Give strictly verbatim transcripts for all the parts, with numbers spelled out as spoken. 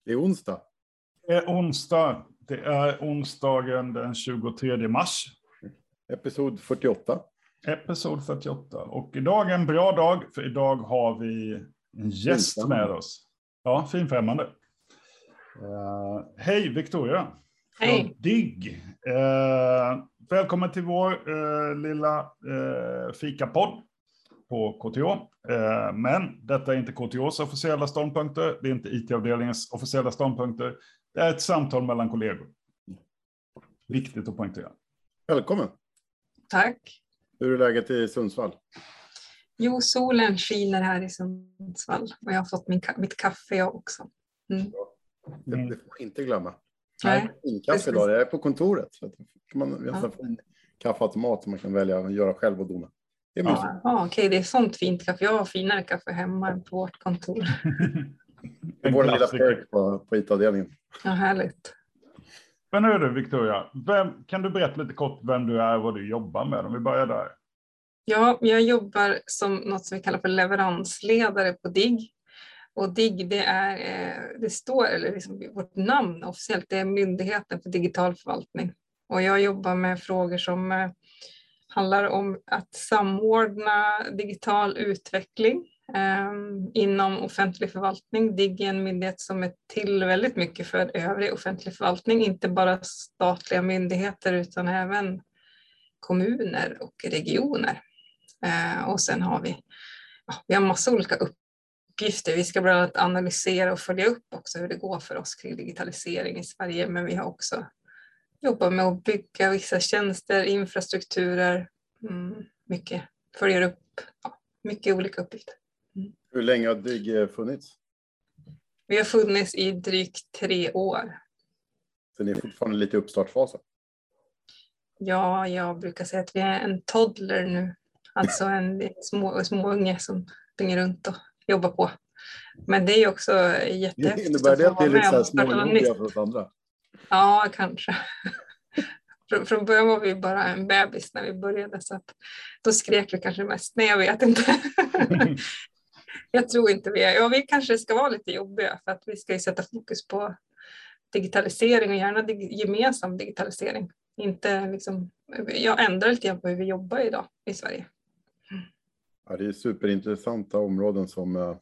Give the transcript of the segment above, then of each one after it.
Det är onsdag. Det är onsdag. Det är onsdagen den tjugotredje mars. Episod fyrtioåtta. Episod fyrtioåtta. Och idag är en bra dag, för idag har vi en gäst med oss. Ja, finfrämmande. Uh, hej Victoria. Hej. Digg. Uh, välkommen till vår uh, lilla uh, fikapodd på K T H. Uh, men detta är inte K T Hs officiella ståndpunkter. Det är inte I T-avdelningens officiella ståndpunkter. Det är ett samtal mellan kollegor. Viktigt att poängtera. Välkommen. Tack. Hur är läget i Sundsvall? Jo, solen skiner här i Sundsvall. Och jag har fått min, mitt kaffe jag också. Mm. Det, det får vi inte glömma. Nej. Jag kaffe idag. Jag är på kontoret. Så kan man ja. få en kaffeautomat som man kan välja att göra själv och dona. Det är ja, ja, okej, det är sånt fint kaffe. Jag har finare kaffe hemma än på vårt kontor. Det är vår lilla perk på, på I T-avdelningen. Ja, härligt. Men hör du Victoria, vem, kan du berätta lite kort vem du är och vad du jobbar med? Om vi börjar där. Ja, jag jobbar som något som vi kallar för leveransledare på D I G. Och D I G, det är, det står, eller liksom vårt namn officiellt, det är Myndigheten för digital förvaltning. Och jag jobbar med frågor som handlar om att samordna digital utveckling eh, inom offentlig förvaltning. D I G är en myndighet som är till väldigt mycket för övrig offentlig förvaltning, inte bara statliga myndigheter utan även kommuner och regioner. Eh, och sen har vi, ja, vi har massa olika uppgifter. Vi ska bland annat analysera och följa upp också hur det går för oss kring digitalisering i Sverige, men vi har också jobbar med att bygga vissa tjänster, infrastrukturer, mm, mycket, följer upp, ja, mycket olika uppgifter. Mm. Hur länge har D I G funnits? Vi har funnits i drygt tre år. Så ni är fortfarande lite i uppstartsfasen? Ja, jag brukar säga att vi är en toddler nu. Alltså en små, små unge som springer runt och jobbar på. Men det är också jättehäftigt. Det innebär det att det är lite så här småjobbiga för oss andra? Ja, kanske. Från, från början var vi bara en bebis när vi började, så att då skrek vi kanske mest. Nej, jag vet inte. Jag tror inte vi är. Ja, vi kanske ska vara lite jobbiga för att vi ska ju sätta fokus på digitalisering och gärna dig, gemensam digitalisering. Inte liksom, jag ändrar lite grann på hur vi jobbar idag i Sverige. Ja, det är superintressanta områden som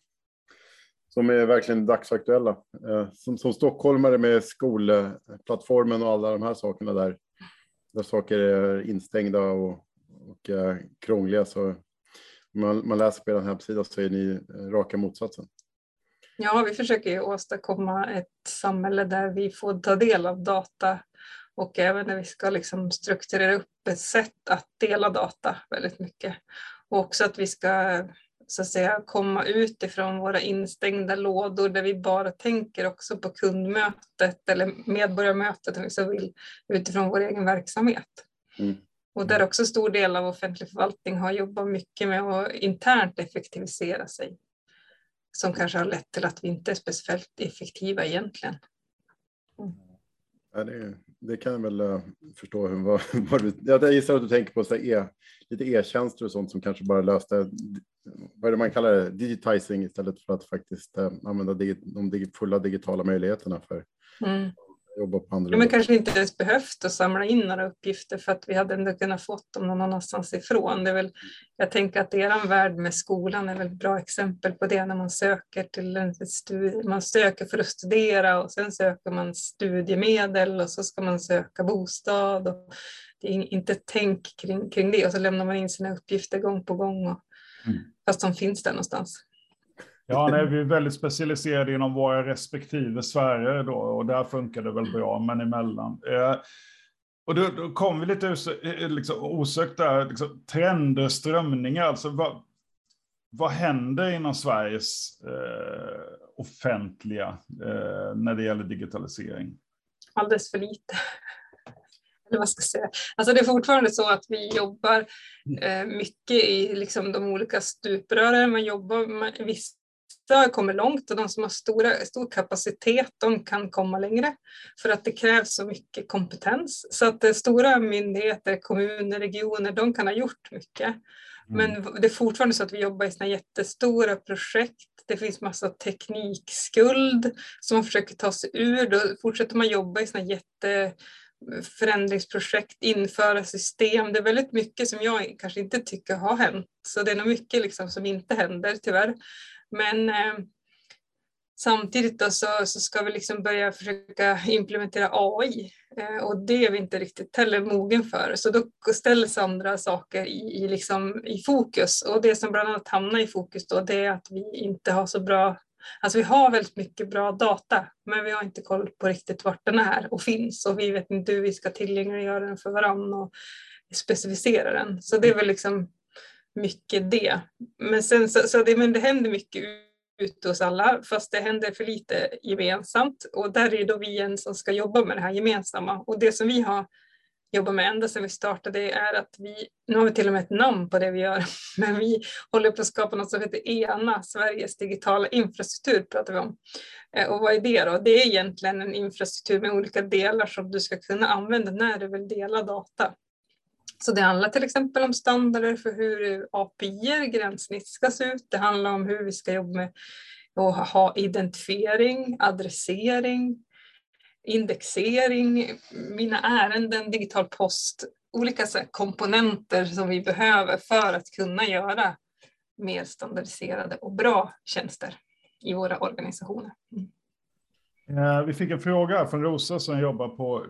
Som är verkligen dagsaktuella. Som, som stockholmare med skolplattformen och alla de här sakerna där. Där saker är instängda och, och uh, krångliga. Så man, man läser på er hemsida så är ni raka motsatsen. Ja, vi försöker ju åstadkomma ett samhälle där vi får ta del av data. Och även när vi ska liksom strukturera upp ett sätt att dela data väldigt mycket. Och också att vi ska så att säga komma ut ifrån våra instängda lådor där vi bara tänker också på kundmötet eller medborgarmötet om vi så vill, utifrån vår egen verksamhet. Mm. Och där också stor del av offentlig förvaltning har jobbat mycket med att internt effektivisera sig. Som kanske har lett till att vi inte är speciellt effektiva egentligen. Mm. Ja, det, det kan jag väl uh, förstå. Hur, vad, vad du, jag gissar att du tänker på så e, lite e-tjänster och sånt som kanske bara löste, vad är det man kallar det, digitizing istället för att faktiskt uh, använda digi, de dig, fulla digitala möjligheterna för mm. att jobba på andra. Ja, men kanske inte ens behövt att samla in några uppgifter för att vi hade ändå kunnat fått dem någon annanstans ifrån. Det är väl, jag tänker att er värld med skolan är väl ett bra exempel på det när man söker till en studie, man söker för att studera och sen söker man studiemedel och så ska man söka bostad och det är inte tänk kring, kring det och så lämnar man in sina uppgifter gång på gång och, mm. fast de finns där någonstans. Ja, nej, vi är väldigt specialiserade inom våra respektive Sverige då, och där funkar det väl bra, men emellan. Eh, och då, då kom vi lite liksom, osökt där, liksom, trender, strömningar, alltså vad, vad händer inom Sveriges eh, offentliga eh, när det gäller digitalisering? Alldeles för lite. Eller vad ska jag säga? Alltså det är fortfarande så att vi jobbar eh, mycket i liksom, de olika stuprören, man jobbar med vissa kommer långt och de som har stora, stor kapacitet de kan komma längre för att det krävs så mycket kompetens så att stora myndigheter, kommuner, regioner de kan ha gjort mycket Men det är fortfarande så att vi jobbar i såna jättestora projekt. Det finns massa teknikskuld som man försöker ta sig ur. Då fortsätter man jobba i såna jätteförändringsprojekt, införa system. Det är väldigt mycket som jag kanske inte tycker har hänt. Så det är nog mycket liksom som inte händer tyvärr. Men eh, samtidigt då så, så ska vi liksom börja försöka implementera A I. Eh, och det är vi inte riktigt heller mogen för. Så då ställs andra saker i, i, liksom, i fokus. Och det som bland annat hamnar i fokus då, det är att vi inte har så bra... Alltså vi har väldigt mycket bra data, men vi har inte koll på riktigt vart den är och finns. Och vi vet inte hur vi ska tillgängliggöra den för varandra och specificera den. Så det är väl liksom mycket det. Men, sen, så, så det, men det händer mycket ute hos alla, fast det händer för lite gemensamt. Och där är då vi en som ska jobba med det här gemensamma. Och det som vi har jobbat med ända sedan vi startade är att vi, nu har vi till och med ett namn på det vi gör, men vi håller på att skapa något som heter ENA, Sveriges digitala infrastruktur pratar vi om. Och vad är det då? Det är egentligen en infrastruktur med olika delar som du ska kunna använda när du vill dela data. Så det handlar till exempel om standarder för hur A P I, gränssnitt ska se ut. Det handlar om hur vi ska jobba med att ha identifiering, adressering, indexering, mina ärenden, digital post. Olika så här komponenter som vi behöver för att kunna göra mer standardiserade och bra tjänster i våra organisationer. Mm. Vi fick en fråga från Rosa som jobbar på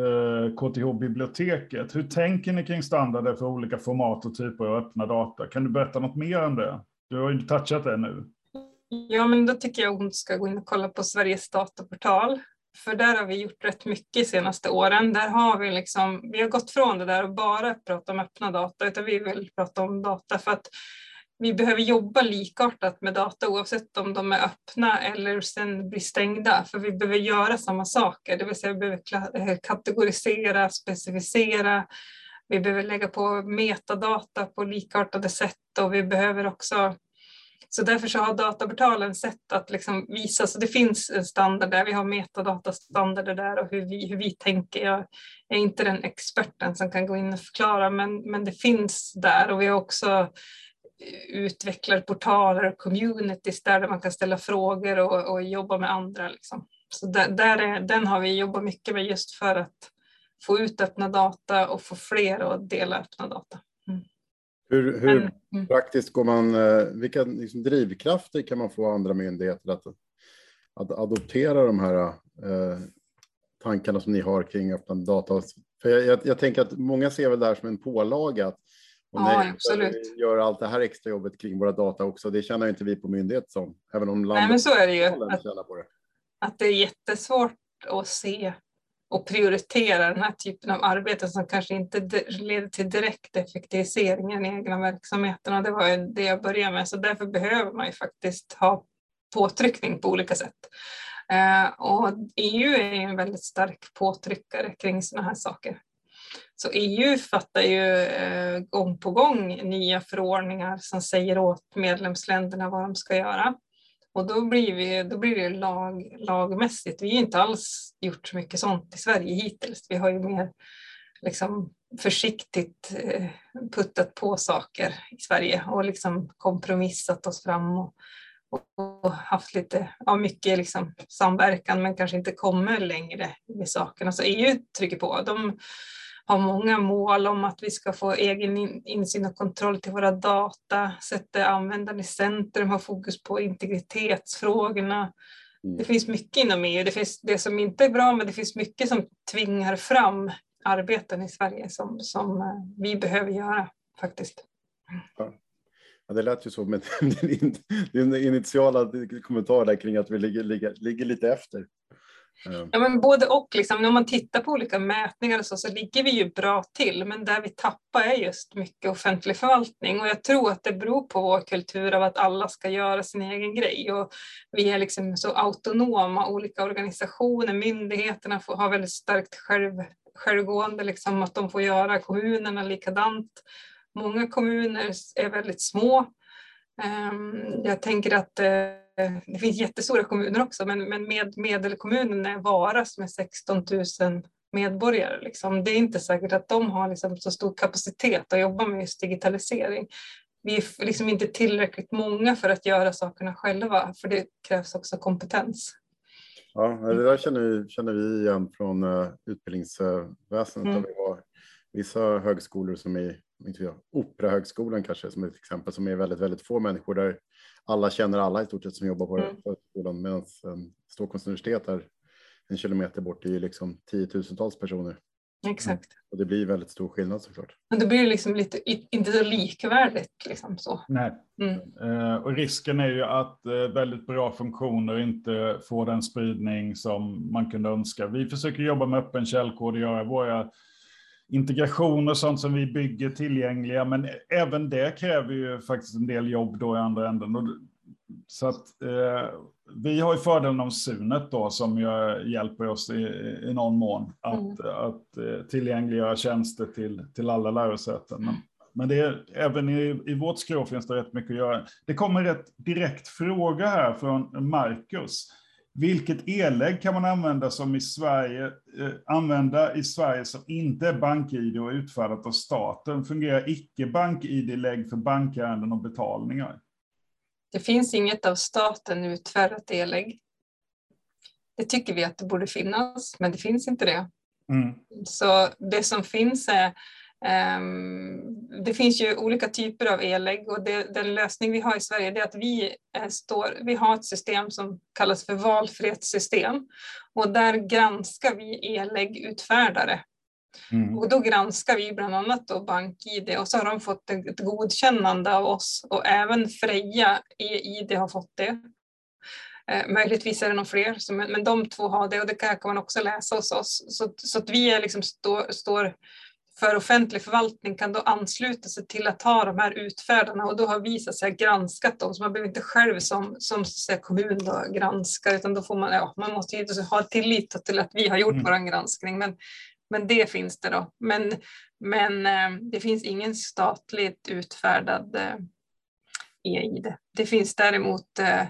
K T H-biblioteket. Hur tänker ni kring standarder för olika format och typer av öppna data? Kan du berätta något mer om det? Du har ju inte touchat det nu. Ja, men då tycker jag att hon ska gå in och kolla på Sveriges dataportal. För där har vi gjort rätt mycket de senaste åren. Där har vi liksom, vi har gått från det där och bara prata om öppna data, utan vi vill prata om data för att vi behöver jobba likartat med data oavsett om de är öppna eller sen blir stängda. För vi behöver göra samma saker, det vill säga vi behöver kategorisera, specificera. Vi behöver lägga på metadata på likartade sätt och vi behöver också... Så därför så har dataportalen sätt att liksom visa, så det finns en standard där, vi har metadatastandarder där och hur vi, hur vi tänker. Jag är inte den experten som kan gå in och förklara, men, men det finns där och vi har också utvecklar portaler och communities där man kan ställa frågor och, och jobba med andra. Liksom. Så där, där är, den har vi jobbat mycket med just för att få ut öppna data och få fler att dela öppna data. Mm. Hur, hur Men, mm. praktiskt går man, vilka liksom, drivkrafter kan man få andra myndigheter att, att adoptera de här eh, tankarna som ni har kring öppna data? För jag, jag, jag tänker att många ser väl det här som en pålaga. Och ja, nej, absolut. Vi gör allt det här extra jobbet kring våra data också. Det känner inte vi på myndighet som. Även om landet nej, men så är det ju. Att, på det. att det är jättesvårt att se och prioritera den här typen av arbeten som kanske inte leder till direkt effektivisering i den egna verksamheten. Det var ju det jag började med. Så därför behöver man ju faktiskt ha påtryckning på olika sätt. Eh, och E U är en väldigt stark påtryckare kring sådana här saker. Så E U fattar ju eh, gång på gång nya förordningar som säger åt medlemsländerna vad de ska göra. Och då blir, vi, då blir det lag, lagmässigt. Vi har inte alls gjort så mycket sånt i Sverige hittills. Vi har ju mer liksom, försiktigt eh, puttat på saker i Sverige och liksom kompromissat oss fram och, och, och haft lite, ja, mycket liksom, samverkan men kanske inte kommer längre med sakerna. Så E U trycker på. De har många mål om att vi ska få egen insyn och kontroll till våra data, sätta användaren i centrum, ha fokus på integritetsfrågorna. Mm. Det finns mycket inom E U. Det finns det som inte är bra, men det finns mycket som tvingar fram arbeten i Sverige som, som vi behöver göra faktiskt. Ja. Ja, det lät ju så med din, din initiala kommentar där kring att vi ligger, ligger, ligger lite efter. Ja, men både och. Liksom, när man tittar på olika mätningar och så, så ligger vi ju bra till. Men där vi tappar är just mycket offentlig förvaltning. Och jag tror att det beror på vår kultur av att alla ska göra sin egen grej. Och vi är liksom så autonoma. Olika organisationer, myndigheterna får, har väldigt starkt själv, självgående. Liksom, att de får göra, kommunerna likadant. Många kommuner är väldigt små. Jag tänker att det finns jättestora kommuner också, men, men med medelkommunen är Vara som är sexton tusen medborgare. Liksom. Det är inte säkert att de har liksom så stor kapacitet att jobba med just digitalisering. vi är liksom inte tillräckligt många för att göra sakerna själva, för det krävs också kompetens. Ja, det där känner vi, känner vi igen från uh, utbildningsväsendet. Mm. Vi har vissa högskolor som är, inte jag, Operahögskolan kanske som ett exempel, som är väldigt, väldigt få människor där alla känner alla i stort sett som jobbar på mm. högskolan, medan um, Stockholms universitet är en kilometer bort, det är liksom tiotusentals personer. Exakt. Mm. Och det blir väldigt stor skillnad såklart. Men det blir liksom lite, inte så likvärdigt liksom så. Nej. Mm. Uh, och risken är ju att uh, väldigt bra funktioner inte får den spridning som man kunde önska. Vi försöker jobba med öppen källkod och göra våra integrationer och sånt som vi bygger tillgängliga, men även det kräver ju faktiskt en del jobb då i andra änden. Och så att eh, vi har ju fördelen av Sunet då, som ju hjälper oss i, i någon mån att, mm. att eh, tillgängliggöra tjänster till, till alla lärosäten. Men, men det är, även i, i vårt skrå finns det rätt mycket att göra. Det kommer rätt direkt fråga här från Marcus. Vilket e-lägg kan man använda som i Sverige eh, använda i Sverige som inte är bank-I D och utfärdat av staten? Fungerar icke bank-I D-lägg för bankärenden och betalningar? Det finns inget av staten utfärdat e-lägg. Det tycker vi att det borde finnas, men det finns inte det. Mm. Så det som finns är Um, det finns ju olika typer av e-lägg, och det, den lösning vi har i Sverige är att vi, är, står, vi har ett system som kallas för valfrihetssystem, och där granskar vi e-läggutfärdare. Mm. Och då granskar vi bland annat då bank-I D, och så har de fått ett godkännande av oss, och även Freja e-I D har fått det. Eh, möjligtvis är det någon fler, så, men, men de två har det, och det kan, kan man också läsa hos oss. Så, så att vi är liksom stå, står för offentlig förvaltning kan då ansluta sig till att ha de här utfärdarna, och då har vi så att säga granskat dem, så man behöver inte själv som, som så att säga, kommun då granska, utan då får man, ja, man måste ju ha tillit till att vi har gjort mm. vår granskning, men, men det finns det då. Men, men det finns ingen statligt utfärdad e-I D. Det finns däremot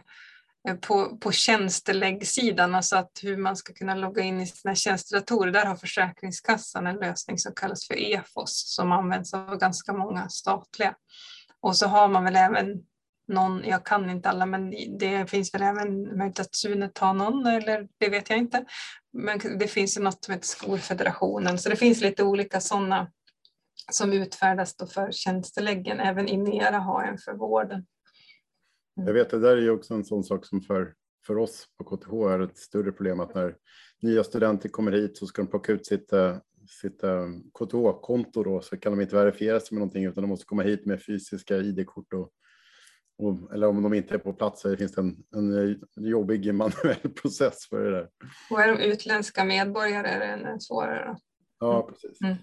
På, på tjänsteläggsidan, alltså att hur man ska kunna logga in i sina tjänstedatorer, där har Försäkringskassan en lösning som kallas för E F O S, som används av ganska många statliga. Och så har man väl även någon, jag kan inte alla, men det finns väl även möjlighet att Sunet har någon, eller det vet jag inte. Men det finns ju något som heter Skolfederationen, så det finns lite olika sådana som utfärdas då för tjänsteläggen. Även Inera har en för vården. Jag vet, det där är ju också en sån sak som för, för oss på K T H är ett större problem, att när nya studenter kommer hit så ska de plocka ut sitt, sitt K T H-konto då, så kan de inte verifiera sig med någonting, utan de måste komma hit med fysiska I D-kort och, och, eller om de inte är på plats så finns det en, en jobbig manuell process för det där. Och är de utländska medborgare är det svårare då? Ja, precis. Mm.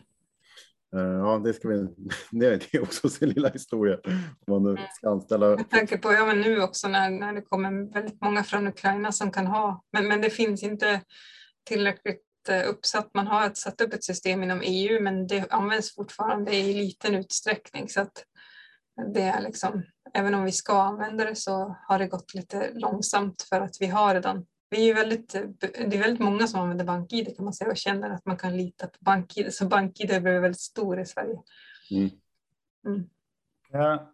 Ja, det ska vi, det är också sin lilla historia. Om man ska anställa. Jag tänker på, ja, men nu också när, när det kommer väldigt många från Ukraina som kan ha, men, men det finns inte tillräckligt uppsatt. Man har ett, satt upp ett system inom E U, men det används fortfarande i liten utsträckning, så att det är liksom, även om vi ska använda det så har det gått lite långsamt för att vi har redan. Vi är ju väldigt, det är väldigt många som använder bank-I D kan man säga, och känner att man kan lita på bank-I D. Så bank-I D blir väldigt stor i Sverige. Mm. Mm. Ja.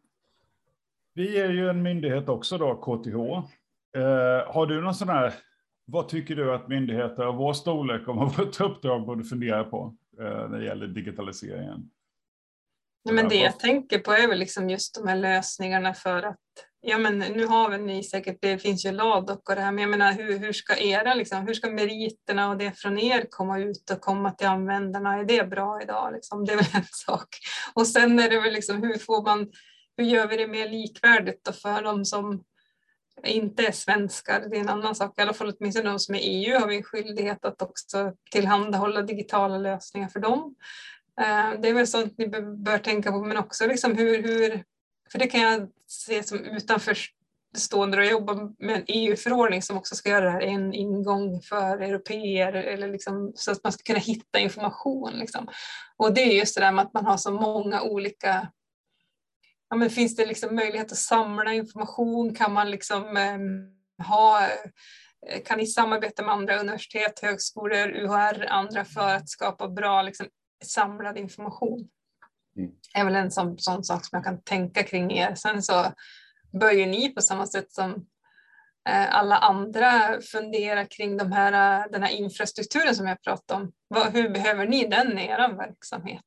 Vi är ju en myndighet också då, K T H. Eh, har du någon sån här, vad tycker du att myndigheter av vår storlek och av vårt uppdrag borde fundera på eh, när det gäller digitaliseringen? Ja, men det jag tänker på är väl liksom just de här lösningarna för att, ja men nu har väl ni säkert, det finns ju L A D O C och det här, men jag menar hur, hur ska era liksom, hur ska meriterna och det från er komma ut och komma till användarna, är det bra idag liksom? Det är väl en sak. Och sen är det väl liksom, hur får man, hur gör vi det mer likvärdigt då för de som inte är svenskar, det är en annan sak, i alla fall åtminstone de som är E U har vi en skyldighet att också tillhandahålla digitala lösningar för dem. Det är väl sånt ni bör tänka på, men också liksom hur, hur, för det kan jag se som utanförstående och jobba med en E U-förordning som också ska göra det här en ingång för europeer, eller liksom, så att man ska kunna hitta information. Liksom. Och det är just det där med att man har så många olika, ja, men finns det liksom möjlighet att samla information, kan man liksom eh, ha, kan ni samarbeta med andra universitet, högskolor, U H R, andra för att skapa bra liksom, samlad information. Mm. Det är väl en sån, sån sak som jag kan tänka kring er. Sen så bör ju ni på samma sätt som alla andra fundera kring de här, den här infrastrukturen som jag pratade om. Vad, hur behöver ni den i er verksamhet?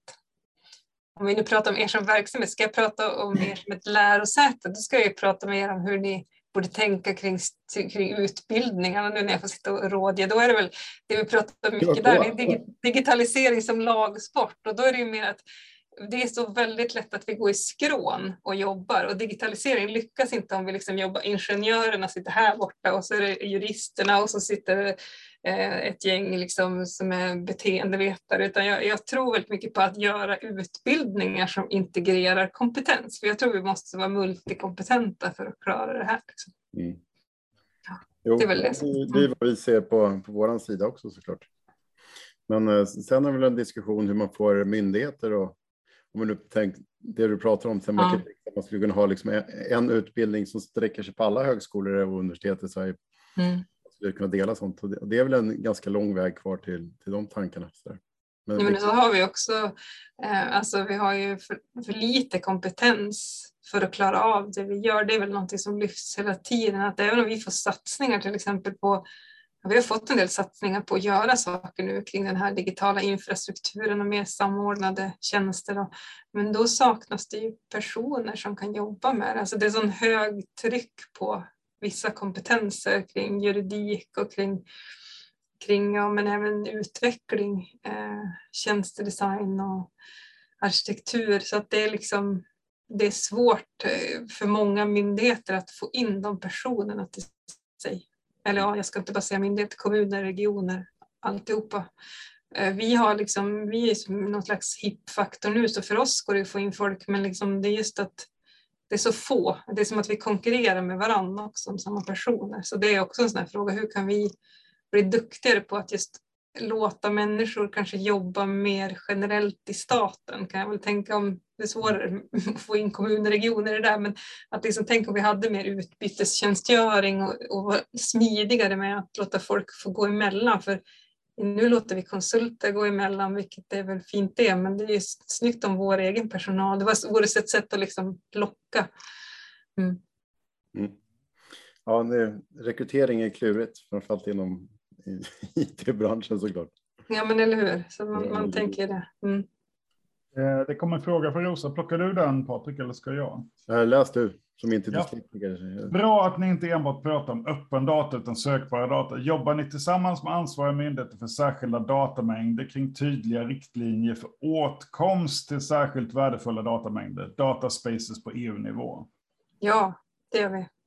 Om vi nu pratar om er som verksamhet, ska jag prata om er som ett lärosäte, då ska jag ju prata med er om hur ni borde tänka kring, kring utbildningarna nu när jag får sitta och rådge. Då är det väl det vi pratar om mycket där, det är digitalisering som lagsport, och då är det ju mer att det är så väldigt lätt att vi går i skrån och jobbar, och digitalisering lyckas inte om vi liksom jobbar, ingenjörerna sitter här borta och så är det juristerna och så sitter eh, ett gäng liksom som är beteendevetare, utan jag, jag tror väldigt mycket på att göra utbildningar som integrerar kompetens, för jag tror vi måste vara multikompetenta för att klara det här. Liksom. Mm. Ja, jo, det är väl det. Mm. Det är vad vi ser på, på vår sida också såklart. Men eh, sen är det väl en diskussion hur man får myndigheter och om man nu tänker det du pratar om, sen man, ja. man skulle kunna ha liksom en, en utbildning som sträcker sig på alla högskolor och universitet i Sverige. Mm. Man skulle kunna dela sånt. Och det, och det är väl en ganska lång väg kvar till, till de tankarna. Så där. Men, ja, men så har vi också, eh, alltså vi har ju för, för lite kompetens för att klara av det vi gör. Det är väl någonting som lyfts hela tiden. Att även om vi får satsningar till exempel på, vi har fått en del satsningar på att göra saker nu kring den här digitala infrastrukturen och mer samordnade tjänster. Då. Men då saknas det ju personer som kan jobba med det. Alltså det är sån hög tryck på vissa kompetenser kring juridik och kring, kring ja, men även utveckling, eh, tjänstedesign och arkitektur. Så att det är liksom, det är svårt för många myndigheter att få in de personerna till sig. Eller ja, jag ska inte bara säga myndigheter, kommuner, regioner, alltihopa. Vi har liksom, vi är som någon slags hip-faktor nu, så för oss går det att få in folk, men liksom det är just att det är så få. Det är som att vi konkurrerar med varandra också om samma personer. Så det är också en sån här fråga, hur kan vi bli duktigare på att just låta människor kanske jobba mer generellt i staten? Kan jag väl tänka om, det är svårare att få in kommuner och regioner i det där, men att liksom tänka om vi hade mer utbytestjänstgöring och, och vara smidigare med att låta folk få gå emellan, för nu låter vi konsulter gå emellan, vilket är väl fint det, men det är ju snyggt om vår egen personal. Det var, vore ett sätt att liksom locka. Mm. Mm. Ja, det, rekrytering är klurigt, framförallt inom I T-branschen såklart. Ja, men eller hur? Så man, man tänker det. Mm. Det kommer en fråga för Rosa. Plockar du den, Patrik, eller ska jag? Läs du, som inte ja. dyslektiker. Bra att ni inte enbart pratar om öppen data utan sökbara data. Jobbar ni tillsammans med ansvariga myndigheter för särskilda datamängder kring tydliga riktlinjer för åtkomst till särskilt värdefulla datamängder, dataspaces på E U-nivå? Ja, det gör vi.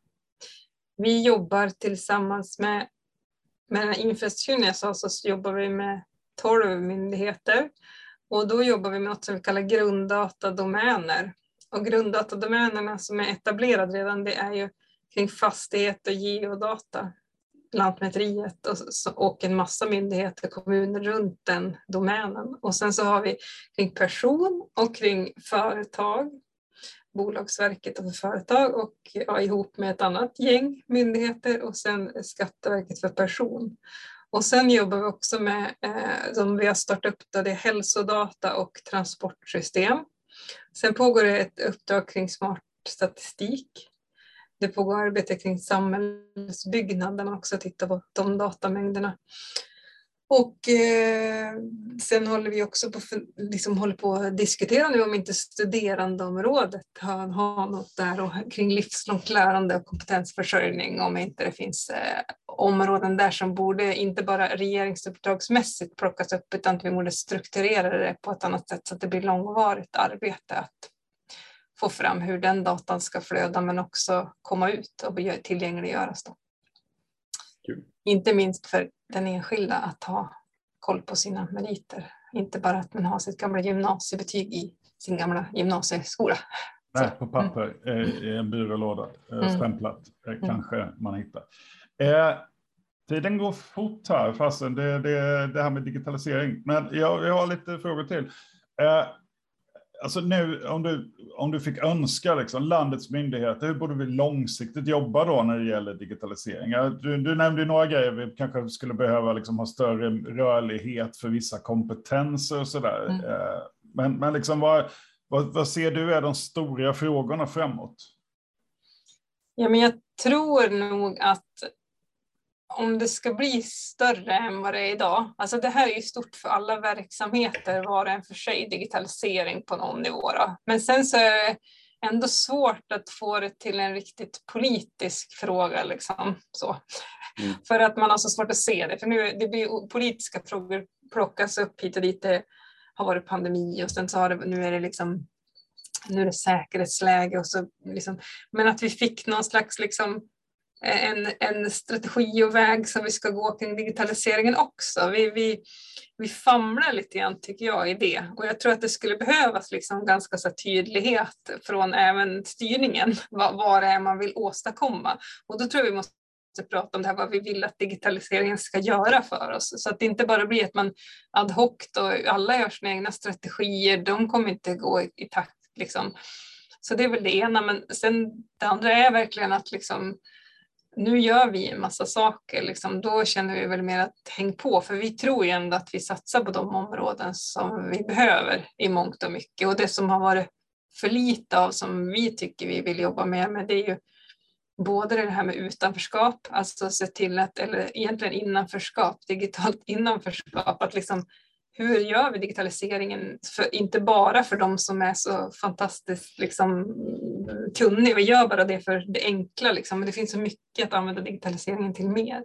Vi jobbar tillsammans med Med den här infrastrukturen jag sa, så jobbar vi med tolv myndigheter, och då jobbar vi med något som vi kallar grunddatadomäner. Och grunddatadomänerna som är etablerade redan, det är ju kring fastighet och geodata, Lantmäteriet och, och en massa myndigheter, kommuner runt den domänen. Och sen så har vi kring person och kring företag, Bolagsverket och för företag, och ja, ihop med ett annat gäng myndigheter, och sen Skatteverket för person. Och sen jobbar vi också med, eh, som vi har startat upp, då, det är hälsodata och transportsystem. Sen pågår det ett uppdrag kring smart statistik. Det pågår arbete kring samhällsbyggnad där man också tittar på de datamängderna. Och eh, sen håller vi också på, liksom håller på att diskutera nu om inte studerandeområdet har, har något där, och kring livslångt lärande och kompetensförsörjning, om inte det finns eh, områden där som borde inte bara regeringsuppdragsmässigt plockas upp, utan att vi borde strukturera det på ett annat sätt så att det blir långvarigt arbete att få fram hur den datan ska flöda, men också komma ut och tillgängliggöras då. Kul. Inte minst för den enskilda att ha koll på sina meriter. Inte bara att man har sitt gamla gymnasiebetyg i sin gamla gymnasieskola. Nej, på papper i en byrålåda, mm. stämplat, mm. kanske man hittar. Eh, tiden går fort här, fast det, det, det här med digitalisering. Men jag, jag har lite frågor till. Eh, Alltså nu, om du, om du fick önska liksom, landets myndigheter, hur borde vi långsiktigt jobba då när det gäller digitalisering? Du, du nämnde ju några grejer, vi kanske skulle behöva liksom, ha större rörlighet för vissa kompetenser och sådär. Mm. Men, men liksom vad, vad, vad ser du är de stora frågorna framåt? Ja, men jag tror nog att om det ska bli större än vad det är idag, alltså det här är ju stort för alla verksamheter, var och en för sig, digitalisering på någon nivå då. Men sen så är det ändå svårt att få det till en riktigt politisk fråga liksom så. Mm. För att man har så svårt att se det, för nu det blir politiska frågor plockas upp hit och dit. Det har varit pandemi och sen så har det, nu är det liksom nu är det säkerhetsläge och så liksom, men att vi fick någon slags liksom En, en strategi och väg som vi ska gå kring digitaliseringen också. Vi, vi, vi famlar lite grann tycker jag i det. Och jag tror att det skulle behövas liksom ganska så tydlighet från även styrningen. Vad, vad det är man vill åstadkomma. Och då tror jag vi måste prata om det här, vad vi vill att digitaliseringen ska göra för oss. Så att det inte bara blir att man ad hoc och alla gör sina egna strategier. De kommer inte gå i, i takt liksom. Så det är väl det ena. Men sen det andra är verkligen att liksom nu gör vi en massa saker, liksom, då känner vi väl mer att häng på. För vi tror ju ändå att vi satsar på de områden som vi behöver i mångt och mycket. Och det som har varit för lite av som vi tycker vi vill jobba med, med det är ju både det här med utanförskap, alltså se till att, eller egentligen innanförskap, digitalt innanförskap, att liksom hur gör vi digitaliseringen, för, inte bara för de som är så fantastiskt liksom, kunniga, vi gör bara det för det enkla, liksom. Men det finns så mycket att använda digitaliseringen till mer.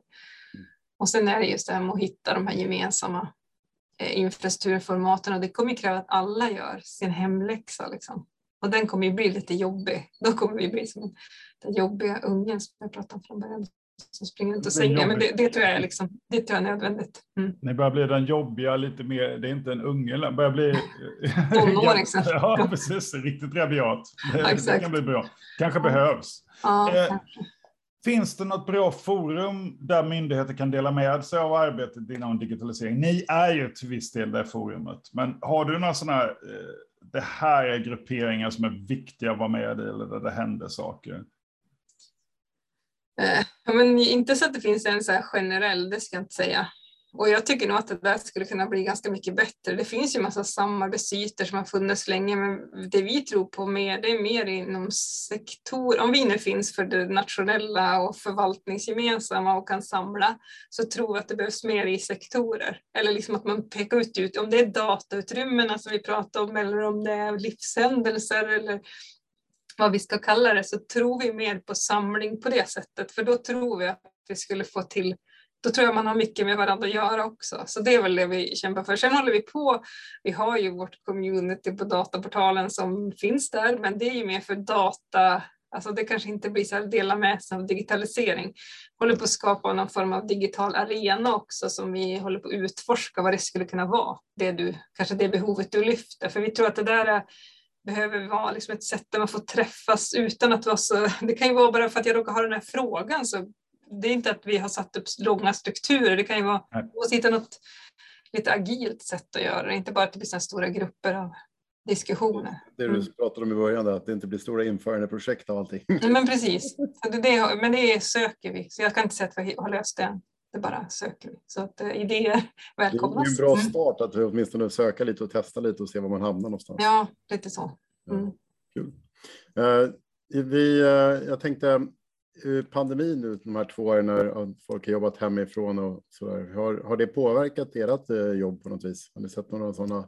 Och sen är det just det här med att hitta de här gemensamma eh, infrastrukturformaten, och det kommer kräva att alla gör sin hemläxa. Liksom. Och den kommer ju bli lite jobbig. Då kommer vi bli som den jobbiga ungen som jag pratade om från början. Som springer runt och säger, men det, det tror jag är liksom, det tror jag är nödvändigt. Mm. Ni börjar bli den jobbiga lite mer, det är inte en unge, det börjar bli tonåring. Ja, precis, riktigt rabiat. Det, det kan bli bra. Kanske ja. behövs. Ja, eh, finns det något bra forum där myndigheter kan dela med sig av arbetet inom digitalisering? Ni är ju till viss del det forumet, men har du några sådana här, eh, det här är grupperingar som är viktiga att vara med i eller där det händer saker? Ja, men inte så att det finns en så här generell, det ska jag inte säga. Och jag tycker nog att det där skulle kunna bli ganska mycket bättre. Det finns ju en massa samarbetsytor som har funnits länge, men det vi tror på mer, det är mer inom sektor. Om vi nu finns för det nationella och förvaltningsgemensamma och kan samla, så tror jag att det behövs mer i sektorer. Eller liksom att man pekar ut, ut om det är datautrymmen som vi pratar om, eller om det är livshändelser eller vad vi ska kalla det, så tror vi mer på samling på det sättet. För då tror vi att vi skulle få till, då tror jag man har mycket med varandra att göra också. Så det är väl det vi kämpar för. Sen håller vi på, vi har ju vårt community på dataportalen som finns där, men det är ju mer för data, alltså det kanske inte blir så här dela med sig av digitalisering. Håller på att skapa någon form av digital arena också som vi håller på att utforska vad det skulle kunna vara. Det du, kanske det behovet du lyfter, för vi tror att det där är behöver vara liksom ett sätt där man får träffas utan att vara så, det kan ju vara bara för att jag råkar ha den här frågan, så det är inte att vi har satt upp långa strukturer, det kan ju vara att hitta något lite agilt sätt att göra det, inte bara att det blir så stora grupper av diskussioner. Det du mm. pratade om i början, att det inte blir stora införande projekt av allting. Men precis, så det, det, men det söker vi, så jag kan inte säga att vi har löst det än. Det bara söker vi. Så att uh, idéer välkomnas. Det är en bra start att vi åtminstone söka lite och testa lite och se var man hamnar någonstans. Ja, lite så. Mm. Ja, kul. Uh, vi, uh, jag tänkte, uh, pandemin nu, de här två åren när folk har jobbat hemifrån och sådär. Har, har det påverkat ert uh, jobb på något vis? Har ni sett några sådana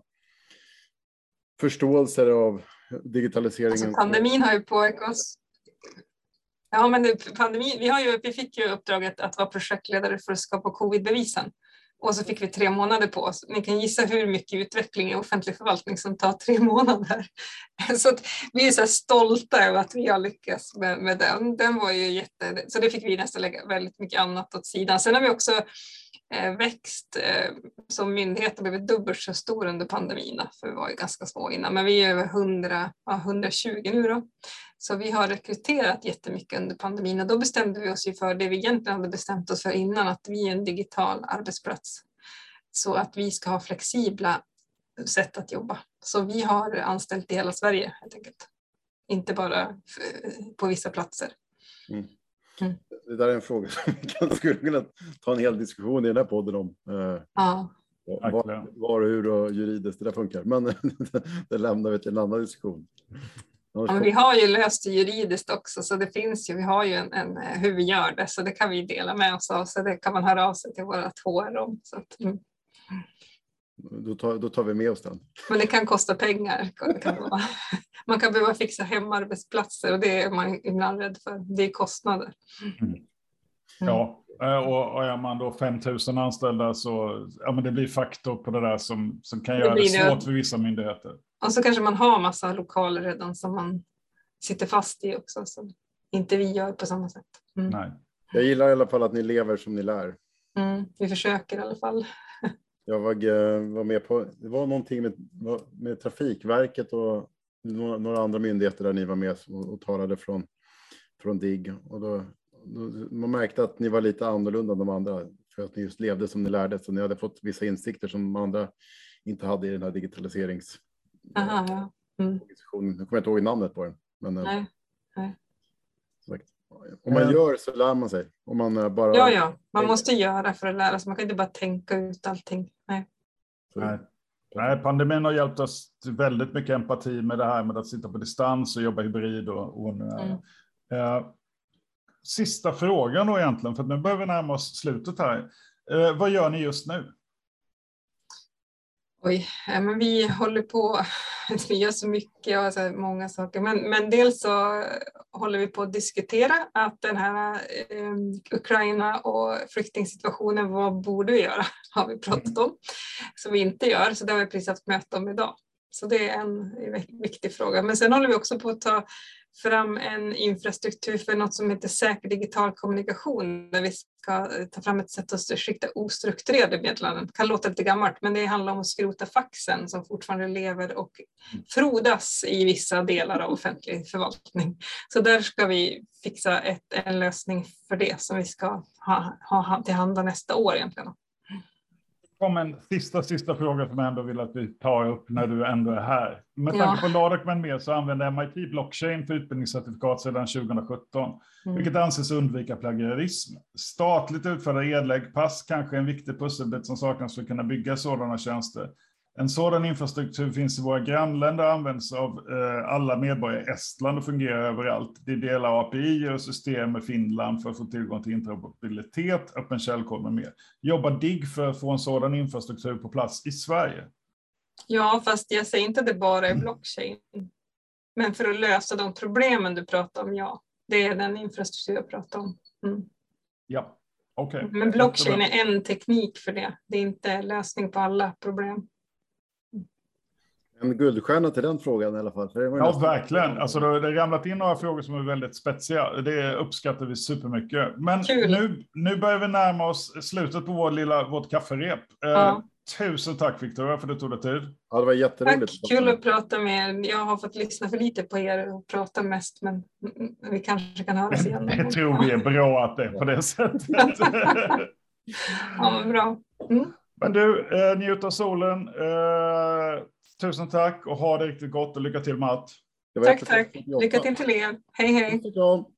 förståelser av digitaliseringen? Alltså, pandemin har ju påverkat oss. Ja, men det, pandemin, vi, har ju, vi fick ju uppdraget att vara projektledare för att skapa covid-bevisen. Och så fick vi tre månader på oss. Ni kan gissa hur mycket utveckling i offentlig förvaltning som tar tre månader. Så att vi är så här stolta över att vi har lyckats med, med den. Den var ju jätte... Så det fick vi nästan lägga väldigt mycket annat åt sidan. Sen har vi också eh, växt eh, som myndighet och blivit dubbelt så stor under pandemin. För vi var ju ganska små innan. Men vi är över hundra, ja, hundratjugo nu då. Så vi har rekryterat jättemycket under pandemin, och då bestämde vi oss ju för det vi egentligen hade bestämt oss för innan, att vi är en digital arbetsplats. Så att vi ska ha flexibla sätt att jobba. Så vi har anställt i hela Sverige helt enkelt. Inte bara på vissa platser. Mm. Mm. Det där är en fråga som vi skulle kunna ta en hel diskussion i den här podden om. Ja. Var, var, hur och juridiskt det där funkar. Men det lämnar vi till en annan diskussion. Ja, men vi har ju löst det juridiskt också, så det finns ju, vi har ju en, en hur vi gör det, så det kan vi dela med oss av, så det kan man höra av sig till vårat H R om. Så att, mm. då, tar, då tar vi med oss den. Men det kan kosta pengar. Det kan vara. Man kan behöva fixa hemarbetsplatser och det är man ibland rädd för. Det är kostnader. Mm. Ja, och, och är man då fem tusen anställda så ja, men det blir faktor på det där som, som kan göra det, det svårt det. För vissa myndigheter. Och så kanske man har massa lokaler redan som man sitter fast i också, som inte vi gör på samma sätt. Mm. Nej. Jag gillar i alla fall att ni lever som ni lär. Mm, vi försöker i alla fall. Jag var, var med på, det var någonting med, med Trafikverket och några andra myndigheter där ni var med och, och talade från, från D I G. Och då, då, man märkte att ni var lite annorlunda än de andra för att ni just levde som ni lärde. Så ni hade fått vissa insikter som de andra inte hade i den här digitaliserings... Aha, ja. Mm. Jag kommer inte ihåg namnet på den. Men, nej, nej. Om man gör så lär man sig. Om man bara... Ja, ja. Man måste göra för att lära sig. Man kan inte bara tänka ut allting. Nej. Nej. Nej, pandemin har hjälpt oss till väldigt mycket empati med det här med att sitta på distans och jobba hybrid. Och, och, mm. eh, sista frågan då egentligen, för nu börjar vi närma oss slutet här. Eh, vad gör ni just nu? Oj, men vi håller på, vi gör så mycket och så många saker. Men, men dels så håller vi på att diskutera att den här eh, Ukraina och flyktingsituationen, vad borde vi göra? Har vi pratat om. Som vi inte gör, så det har vi precis haft möte om idag. Så det är en viktig fråga. Men sen håller vi också på att ta fram en infrastruktur för något som heter säker digital kommunikation, där vi ska ta fram ett sätt att skicka ostrukturerade meddelanden. Det kan låta lite gammalt, men det handlar om att skrota faxen som fortfarande lever och frodas i vissa delar av offentlig förvaltning. Så där ska vi fixa ett, en lösning för det som vi ska ha, ha till handa nästa år egentligen. Kom en sista, sista fråga som jag ändå vill att vi tar upp när du ändå är här. Med tanke på Ladok men mer så använder M I T blockchain för utbildningscertifikat sedan tjugohundrasjutton. Mm. Vilket anses undvika plagiarism. Statligt utförda edlägg pass kanske en viktig pusselbit som saknas för att kunna bygga sådana tjänster. En sådan infrastruktur finns i våra grannländer och används av eh, alla medborgare i Estland och fungerar överallt. Det delar A P I och system med Finland för att få tillgång till interoperabilitet, öppen källkod med mer. Jobbar D I G för att få en sådan infrastruktur på plats i Sverige? Ja, fast jag säger inte att det bara är blockchain. Men för att lösa de problemen du pratar om, ja. Det är den infrastruktur jag pratar om. Mm. Ja, okej. Okay. Men blockchain är en teknik för det. Det är inte lösning på alla problem. En guldstjärna till den frågan i alla fall. För det var ja, nästan... verkligen. Alltså, det har ramlat in några frågor som är väldigt spetsiga. Det uppskattar vi supermycket. Men nu, nu börjar vi närma oss slutet på vår lilla, vårt kafferep. Ja. Eh, tusen tack Victoria för att du tog dig tid. Ja, det var jätteroligt. Tack, kul att prata med er. Jag har fått lyssna för lite på er och prata mest, men vi kanske kan höras igen. Det tror vi är bra att det är på det sättet. Ja, men bra. Mm. Men du, eh, njut av solen. Eh, tusen tack och ha det riktigt gott och lycka till med allt. Tack, tack. Lycka till till er. Hej, hej.